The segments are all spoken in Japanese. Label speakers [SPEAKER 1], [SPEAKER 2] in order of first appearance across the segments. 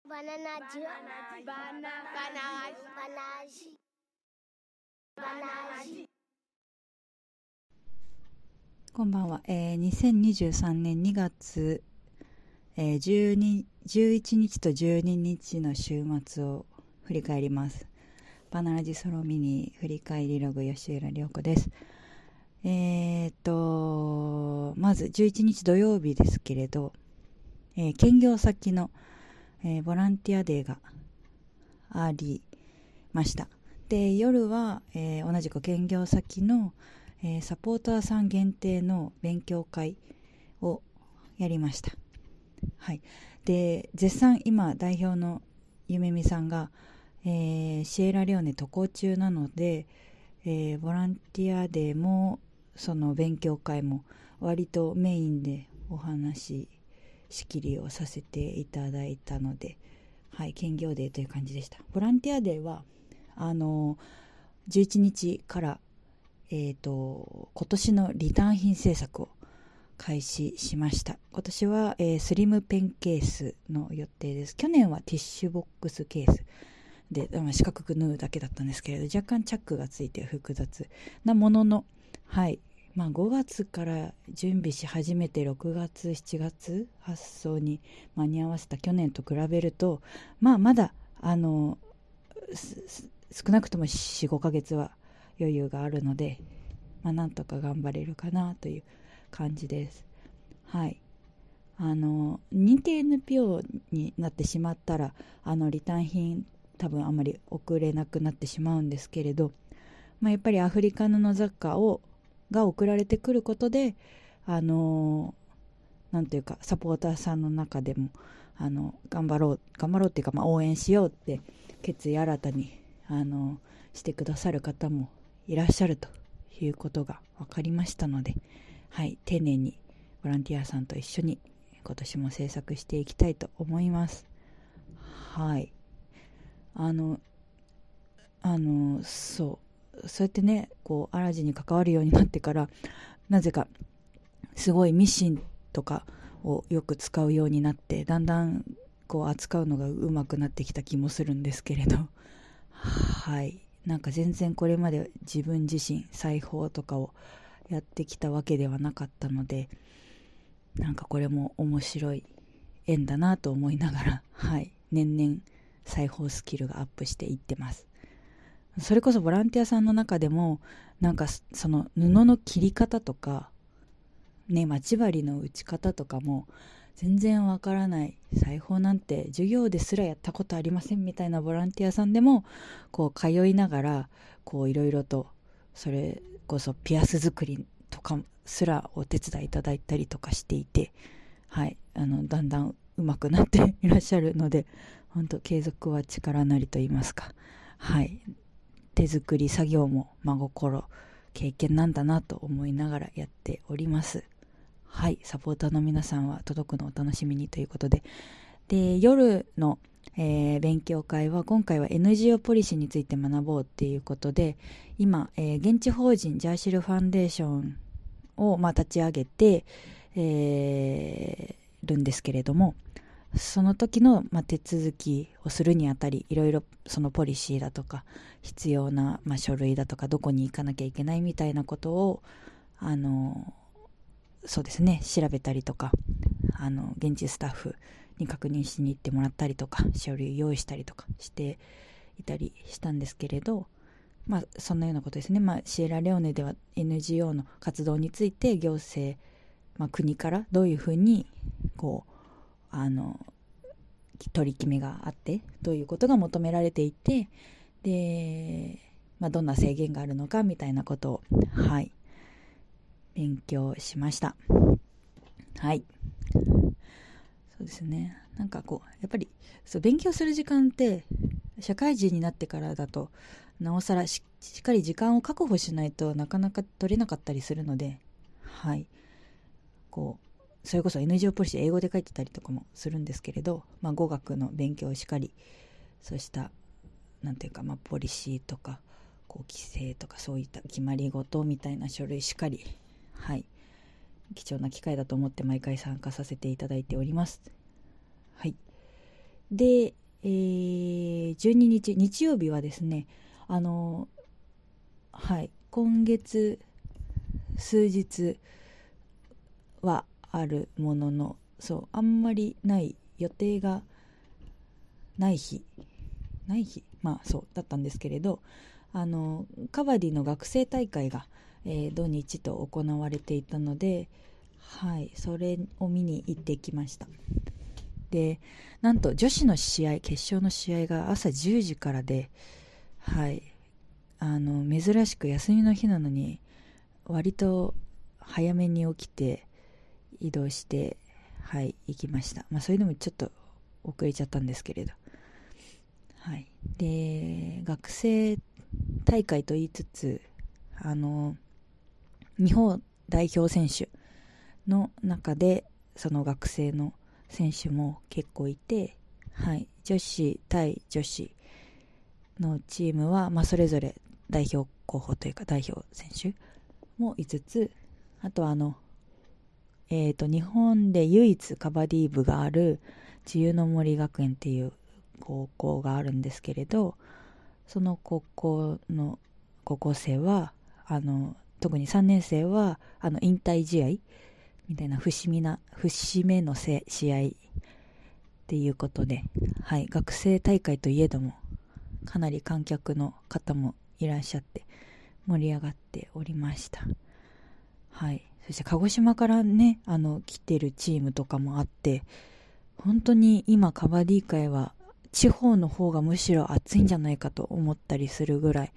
[SPEAKER 1] バナナジュバナナジバナジ。
[SPEAKER 2] こんばんは。2023年2月、11日と12日の週末を振り返ります。バナナジソロミニ振り返りログ吉浦涼子です。まず11日土曜日ですけれど、兼業先の、ボランティアデーがありました。で、夜は、同じく兼業先の、サポーターさん限定の勉強会をやりました。はい。で、絶賛今代表のゆめみさんが、シエラレオネ渡航中なので、ボランティアデーもその勉強会も割とメインでお話仕切りをさせていただいたので、はい、兼業デーという感じでした。ボランティアデーは11日から今年のリターン品制作を開始しました。今年は、スリムペンケースの予定です。去年はティッシュボックスケースで、四角く縫うだけだったんですけれど、若干チャックがついて複雑なものの、はい、5月から準備し始めて6月7月発送に間に合わせた去年と比べると、まだ少なくとも 4,5 ヶ月は余裕があるので、なんとか頑張れるかなという感じです。はい。認定 NPO になってしまったらリターン品多分あまり送れなくなってしまうんですけれど、やっぱりアフリカの雑貨が送られてくることでなんというかサポーターさんの中でも頑張ろうっていうか、応援しようって決意新たにしてくださる方もいらっしゃるということが分かりましたので、はい、丁寧にボランティアさんと一緒に今年も制作していきたいと思います。はい。そうやってね、アラジに関わるようになってから、なぜかすごいミシンとかをよく使うようになって、だんだん扱うのが上手くなってきた気もするんですけれど、はい、なんか全然これまで自分自身裁縫とかをやってきたわけではなかったので、なんかこれも面白い縁だなと思いながら、はい、年々裁縫スキルがアップしていってます。それこそボランティアさんの中でもなんかその布の切り方とかね、待ち針の打ち方とかも全然わからない、裁縫なんて授業ですらやったことありませんみたいなボランティアさんでも通いながらいろいろと、それこそピアス作りとかすらお手伝いいただいたりとかしていて、はい、だんだん上手くなっていらっしゃるので、本当継続は力なりと言いますか、はい、手作り作業も真心経験なんだなと思いながらやっております。はい、サポーターの皆さんは届くのをお楽しみにということで、夜の、勉強会は今回は NGO ポリシーについて学ぼうっていうことで、今、現地法人ジャーシルファンデーションを、立ち上げて、るんですけれども、その時の、手続きをするにあたり、いろいろそのポリシーだとか必要な、書類だとかどこに行かなきゃいけないみたいなことをそうですね、調べたりとか現地スタッフに確認しに行ってもらったりとか、書類用意したりとかしていたりしたんですけれど、そんなようなことですね。シエラレオネでは NGO の活動について行政、国からどういうふうに取り決めがあって、どういうことが求められていて、で、どんな制限があるのかみたいなことを、はい、勉強しました。はい、そうですね。なんかやっぱり勉強する時間って社会人になってからだとなおさらしっかり時間を確保しないとなかなか取れなかったりするので、はい、それこそ NGO ポリシー英語で書いてたりとかもするんですけれど、語学の勉強をしっかり、そうしたなんていうか、ポリシーとか規制とかそういった決まり事みたいな書類しっかり、はい、貴重な機会だと思って毎回参加させていただいております。はい。 で、12日日曜日はですね、今月数日はあるものの、あんまりない予定がない日だったんですけれど、カバディの学生大会が、土日と行われていたので、それを見に行ってきました。で、なんと女子の試合、決勝の試合が朝10時からで、珍しく休みの日なのに割と早めに起きて移動して行きました。それでもちょっと遅れちゃったんですけれど、で、学生大会と言いつつ日本代表選手の中でその学生の選手も結構いて、女子対女子のチームは、それぞれ代表候補というか代表選手も5つ、あと日本で唯一カバディ部がある自由の森学園っていう高校があるんですけれど、その高校の高校生は特に3年生は引退試合みたいな節目の試合っていうことで、学生大会といえどもかなり観客の方もいらっしゃって盛り上がっておりました。そして鹿児島からね来てるチームとかもあって、本当に今カバディ界は地方の方がむしろ熱いんじゃないかと思ったりするぐらい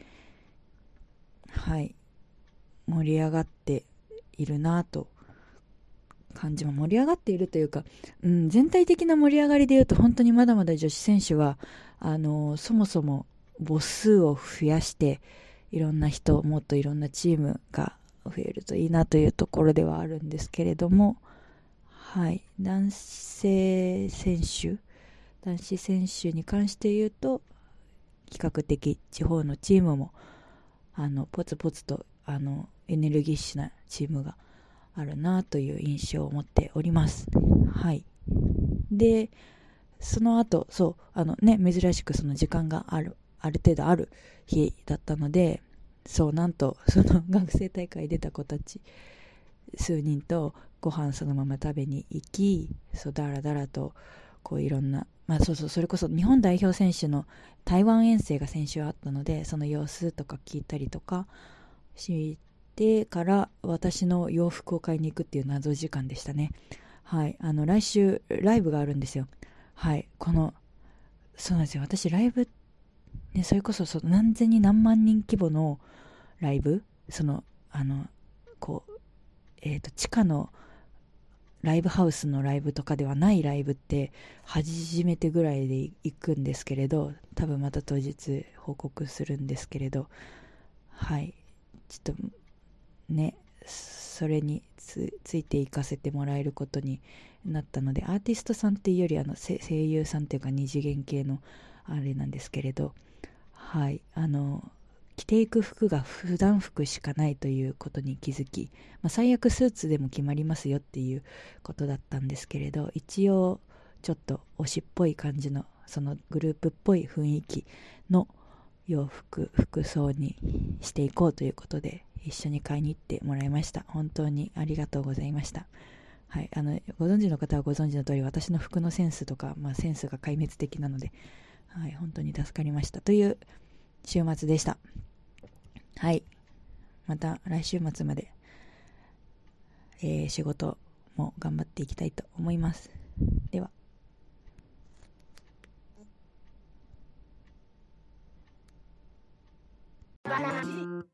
[SPEAKER 2] 盛り上がっているなと感じも、盛り上がっているというか、全体的な盛り上がりでいうと本当にまだまだ女子選手はそもそも母数を増やしてもっといろんなチームが増えるといいなというところではあるんですけれども、男子選手に関して言うと比較的地方のチームもポツポツとエネルギッシュなチームがあるなという印象を持っております。で、その後珍しくその時間がある程度ある日だったので、なんとその学生大会出た子たち数人とご飯そのまま食べに行き、だらだらといろんな、それこそ日本代表選手の台湾遠征が先週あったので、その様子とか聞いたりとかしてから私の洋服を買いに行くっていう謎時間でしたね。来週ライブがあるんですよ。そうなんですよ。私ライブね、それこそ何千人何万人規模のライブ、地下のライブハウスのライブとかではないライブって初めてぐらいで行くんですけれど、多分また当日報告するんですけれど、ちょっとね、それについていかせてもらえることになったので、アーティストさんっていうより声優さんっていうか二次元系のあれなんですけれど、着ていく服が普段服しかないということに気づき、最悪スーツでも決まりますよっていうことだったんですけれど、一応ちょっと推しっぽい感じのそのグループっぽい雰囲気の服装にしていこうということで一緒に買いに行ってもらいました。本当にありがとうございました。ご存知の方はご存知の通り、私の服のセンスとか、センスが壊滅的なので、本当に助かりましたという週末でした。また来週末まで、仕事も頑張っていきたいと思います。では。
[SPEAKER 1] バナナ